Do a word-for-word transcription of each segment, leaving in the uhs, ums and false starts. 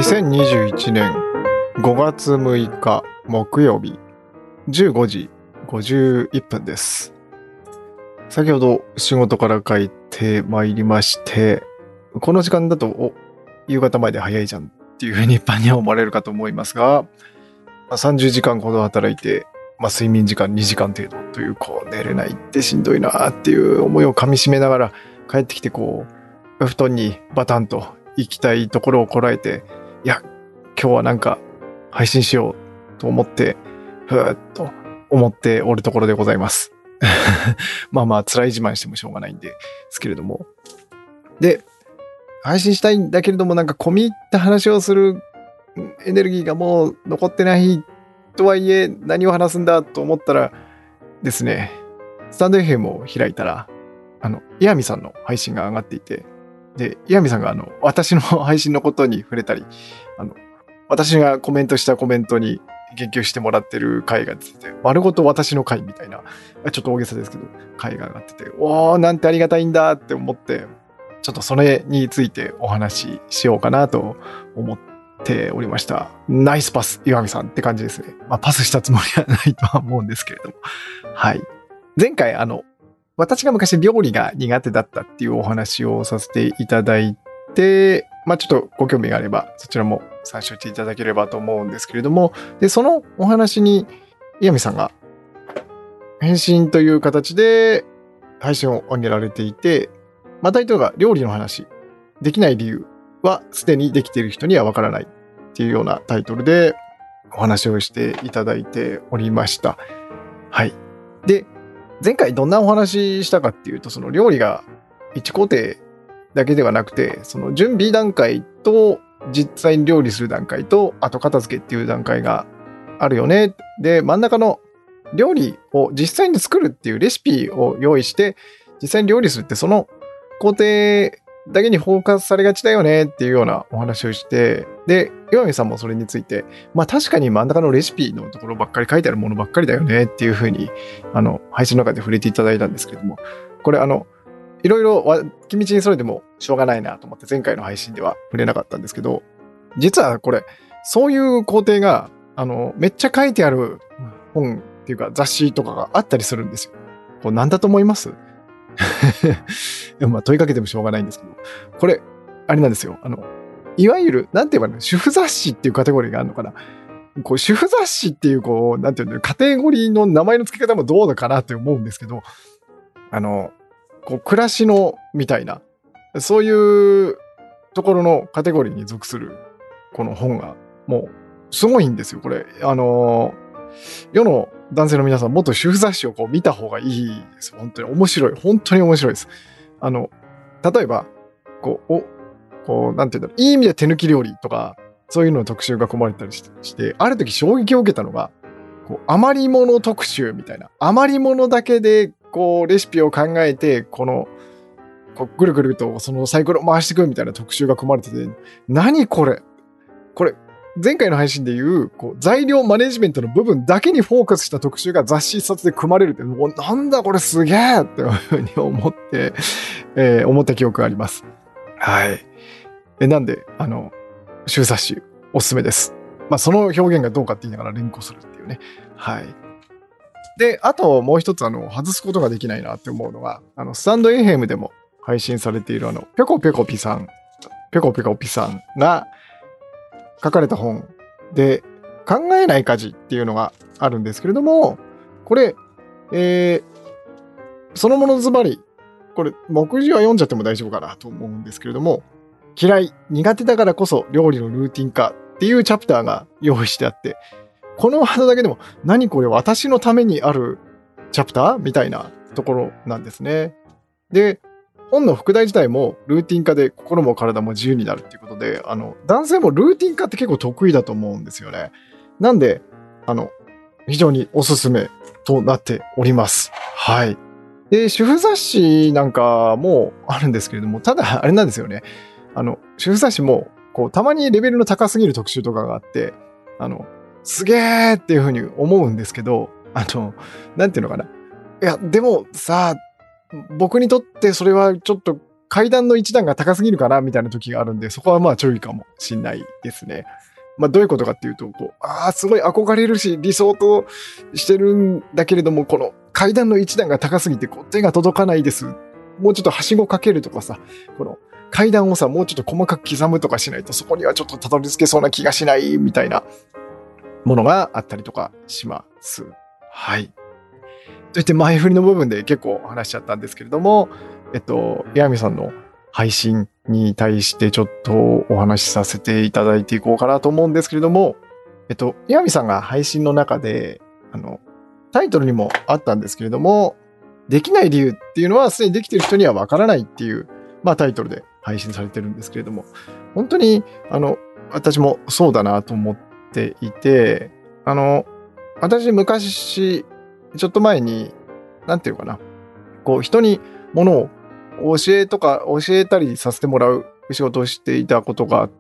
にせんにじゅういちねんごがつむいか木曜日じゅうごじごじゅういっぷんです。先ほど仕事から帰ってまいりまして、この時間だとお夕方前で早いじゃんっていうふうに一般には思われるかと思いますが、まあ、さんじゅうじかんほど働いて、まあ、睡眠時間にじかん程度というこう寝れないってしんどいなっていう思いをかみしめながら帰ってきて、こう布団にバタンと行きたいところをこらえて、いや今日はなんか配信しようと思ってふーっと思っておるところでございます。まあまあ辛い自慢してもしょうがないんですけれども、で配信したいんだけれども、なんか込み入った話をするエネルギーがもう残ってないとはいえ、何を話すんだと思ったらですね、スタンド エフエム を開いたら、あの岩見さんの配信が上がっていて、で岩見さんがあの私の配信のことに触れたり、あの私がコメントしたコメントに言及してもらってる回が出てて、丸ごと私の回みたいな、ちょっと大げさですけど回が上がってて、おーなんてありがたいんだって思って、ちょっとそれについてお話ししようかなと思っておりました。ナイスパス岩見さんって感じですね。まあパスしたつもりはないとは思うんですけれども、はい。前回あの私が昔料理が苦手だったっていうお話をさせていただいて、まあちょっとご興味があればそちらも参照していただければと思うんですけれども、でそのお話に岩見さんが返信という形で配信を上げられていて、まあタイトルが料理の話、できない理由はすでにできている人にはわからないっていうようなタイトルでお話をしていただいておりました。はい。で前回どんなお話したかっていうと、その料理がいち工程だけではなくて、その準備段階と実際に料理する段階と後片付けっていう段階があるよね。で、真ん中の料理を実際に作るっていうレシピを用意して実際に料理するって、その工程だけにフォーカスされがちだよねっていうようなお話をして、で岩見さんもそれについて、まあ確かに真ん中のレシピのところばっかり書いてあるものばっかりだよねっていうふうにあの配信の中で触れていただいたんですけれども、これあのいろいろ脇道にそれでもしょうがないなと思って前回の配信では触れなかったんですけど、実はこれそういう工程があのめっちゃ書いてある本っていうか雑誌とかがあったりするんですよ。これ何だと思います？まあ問いかけてもしょうがないんですけど、これあれなんですよ。あのいわゆるなんて言えばいいの、主婦雑誌っていうカテゴリーがあるのかな。こう主婦雑誌っていうこうなんていうの、カテゴリーの名前の付け方もどうだかなって思うんですけど、あのこう暮らしのみたいなそういうところのカテゴリーに属するこの本がもうすごいんですよ。これあの世の男性の皆さん、もっと主婦雑誌をこう見た方がいいです。本当に面白い。本当に面白いです。あの、例えば、こう、お、こう、なんていうんだろう、いい意味で手抜き料理とか、そういうのの特集が組まれたりして、ある時衝撃を受けたのが、こう余り物特集みたいな、余り物だけで、こう、レシピを考えて、この、こうぐるぐるとそのサイクルを回していくみたいな特集が組まれてて、何これこれ、前回の配信でいうこう材料マネジメントの部分だけにフォーカスした特集が雑誌一冊で組まれるって、もうなんだこれすげえっていうふうに思って、えー、思った記憶があります。はい。えなんであの主婦雑誌おすすめです。まあその表現がどうかって言いながら連呼するっていうね。はい。であともう一つあの外すことができないなって思うのが、あのスタンド エフエム でも配信されているあのぴょこぴょこぴさんぴょこぴょこぴさんが書かれた本で考えない家事っていうのがあるんですけれども、これ、えー、そのものズバリ、これ目次は読んじゃっても大丈夫かなと思うんですけれども、嫌い苦手だからこそ料理のルーティン化っていうチャプターが用意してあって、このワードだけでも何これ私のためにあるチャプターみたいなところなんですね。で本の副題自体もルーティン化で心も体も自由になるっていうことで、あの男性もルーティン化って結構得意だと思うんですよね。なんであの非常におすすめとなっております。はい。で主婦雑誌なんかもあるんですけれども、ただあれなんですよね。あの主婦雑誌もこうたまにレベルの高すぎる特集とかがあって、あのすげーっていう風に思うんですけど、あのなんていうのかな。いやでもさ、僕にとってそれはちょっと階段の一段が高すぎるかなみたいな時があるんで、そこはまあ注意かもしんないですね。まあどういうことかっていうと、こう、ああ、すごい憧れるし、理想としてるんだけれども、この階段の一段が高すぎて、こう手が届かないです。もうちょっとはしごかけるとかさ、この階段をさ、もうちょっと細かく刻むとかしないと、そこにはちょっとたどり着けそうな気がしない、みたいなものがあったりとかします。はい。といって前振りの部分で結構話しちゃったんですけれども、えっと、ヤミさんの配信に対してちょっとお話しさせていただいていこうかなと思うんですけれども、えっと、ヤミさんが配信の中で、あの、タイトルにもあったんですけれども、できない理由っていうのはすでにできている人にはわからないっていう、まあタイトルで配信されてるんですけれども、本当に、あの、私もそうだなと思っていて、あの、私昔、ちょっと前に、なんていうかな、こう人にものを教えとか教えたりさせてもらう仕事をしていたことがあって、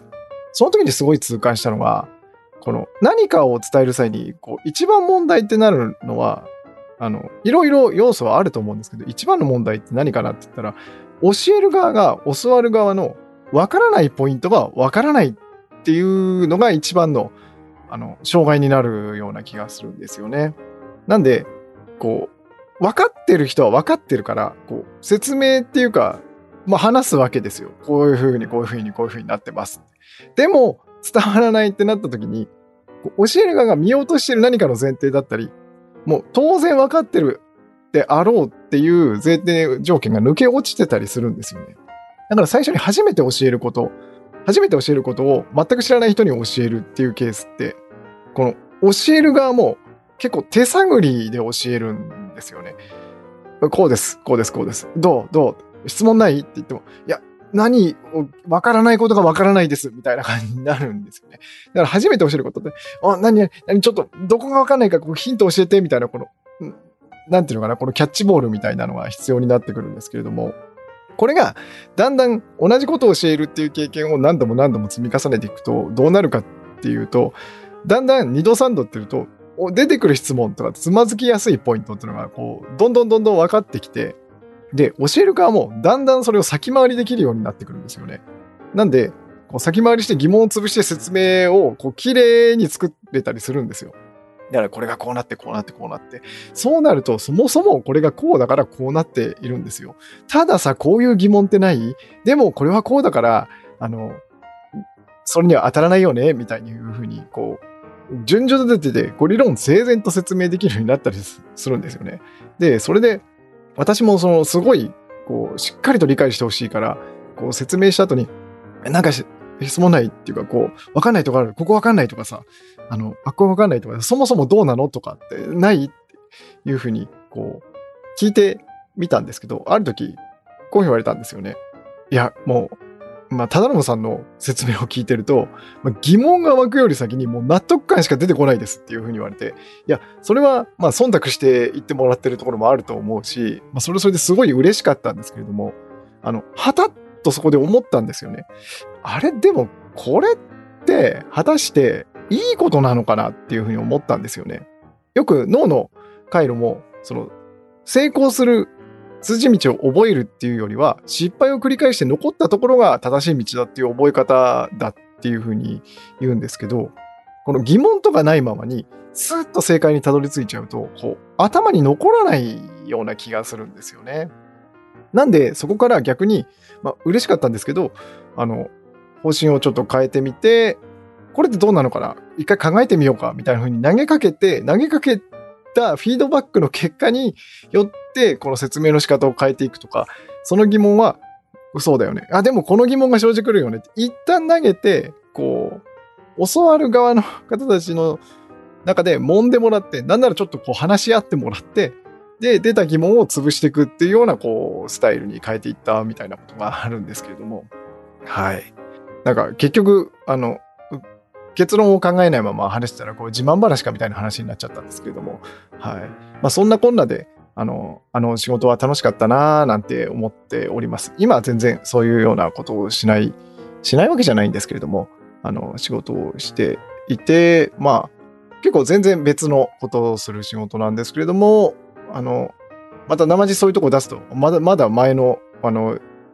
その時にすごい痛感したのが、この何かを伝える際に、こう一番問題ってなるのは、あの、いろいろ要素はあると思うんですけど、一番の問題って何かなって言ったら、教える側が教わる側のわからないポイントがわからないっていうのが一番の、あの、障害になるような気がするんですよね。なんで、こう、分かってる人は分かってるから、こう、説明っていうか、まあ話すわけですよ。こういうふうに、こういうふうに、こういうふうになってます。でも、伝わらないってなった時に、教える側が見落としてる何かの前提だったり、もう当然分かってるであろうっていう前提条件が抜け落ちてたりするんですよね。だから最初に初めて教えること、初めて教えることを全く知らない人に教えるっていうケースって、この教える側も結構手探りで教えるんですよね。こうです、こうです、こうです。どうどう質問ないって言っても、いや、何、わからないことがわからないです、みたいな感じになるんですよね。だから初めて教えることで、あ、何、何、ちょっと、どこがわかんないか、こうヒント教えて、みたいな、この、なんていうのかな、このキャッチボールみたいなのが必要になってくるんですけれども、これが、だんだん同じことを教えるっていう経験を何度も何度も積み重ねていくと、どうなるかっていうと、だんだんにどさんどっていうと、出てくる質問とかつまずきやすいポイントっていうのが、こう、どんどんどんどん分かってきて、で、教える側もだんだんそれを先回りできるようになってくるんですよね。なんで、こう先回りして疑問を潰して説明をこう綺麗に作れたりするんですよ。だからこれがこうなってこうなってこうなって。そうなると、そもそもこれがこうだからこうなっているんですよ。たださ、こういう疑問ってない？でもこれはこうだから、あの、それには当たらないよねみたいにいうふうに、こう、順序立てて、こう理論整然と説明できるようになったりするんですよね。で、それで、私もそのすごいこうしっかりと理解してほしいからこう説明した後になんか質問ないっていうかこう分かんないとこあるここ分かんないとかさあのあっこ分かんないとかそもそもどうなのとかってないっていうふうにこう聞いてみたんですけどある時こう言われたんですよね。いやもうまあ、忠信さんの説明を聞いてると、まあ、疑問が湧くより先にもう納得感しか出てこないですっていうふうに言われて、いや、それはまあ忖度して言ってもらってるところもあると思うし、まあ、それはそれですごい嬉しかったんですけれども、あの、はたっとそこで思ったんですよね。あれ、でもこれって果たしていいことなのかなっていうふうに思ったんですよね。よく脳の回路も、その、成功する筋道を覚えるっていうよりは失敗を繰り返して残ったところが正しい道だっていう覚え方だっていうふうに言うんですけど、この疑問とかないままにスーッと正解にたどり着いちゃうとこう頭に残らないような気がするんですよね。なんでそこから逆に、まあ、嬉しかったんですけどあの方針をちょっと変えてみてこれってどうなのかな一回考えてみようかみたいなふうに投げかけて投げかけたフィードバックの結果によってこの説明の仕方を変えていくとかその疑問はそうだよねあでもこの疑問が生じてくるよねって一旦投げてこう教わる側の方たちの中で揉んでもらってなんならちょっとこう話し合ってもらってで出た疑問を潰していくっていうようなこうスタイルに変えていったみたいなことがあるんですけれどもはいなんか結局あの結論を考えないまま話してたらこう自慢話かみたいな話になっちゃったんですけれども、はいまあ、そんなこんなであのあの仕事は楽しかったなーなんて思っております。今は全然そういうようなことをしないしないわけじゃないんですけれどもあの仕事をしていてまあ結構全然別のことをする仕事なんですけれどもあのまた生地そういうとこを出すとまだまだ前のあの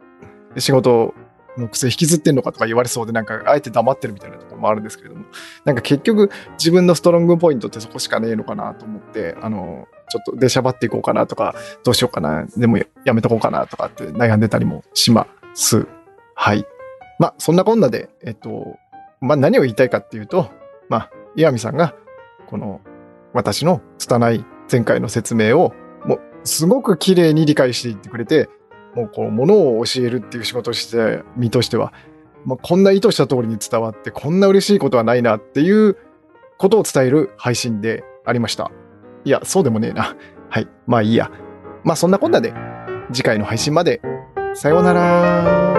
仕事の癖引きずってんのかとか言われそうで、なんかあえて黙ってるみたいなところもあるんですけれども、なんか結局自分のストロングポイントってそこしかねえのかなと思って、あのちょっと出しゃばっていこうかなとか、どうしようかな、でもやめとこうかなとかって悩んでたりもします。はい。まあそんなこんなで、えっと、まあ何を言いたいかっていうと、まあ岩見さんがこの私の拙い前回の説明をもうすごく綺麗に理解していってくれて、もうこう物を教えるっていう仕事をして身としては、まあ、こんな意図した通りに伝わってこんな嬉しいことはないなっていうことを伝える配信でありました。いや、そうでもねえな。はい。まあいいや。まあそんなこんなで次回の配信までさようなら。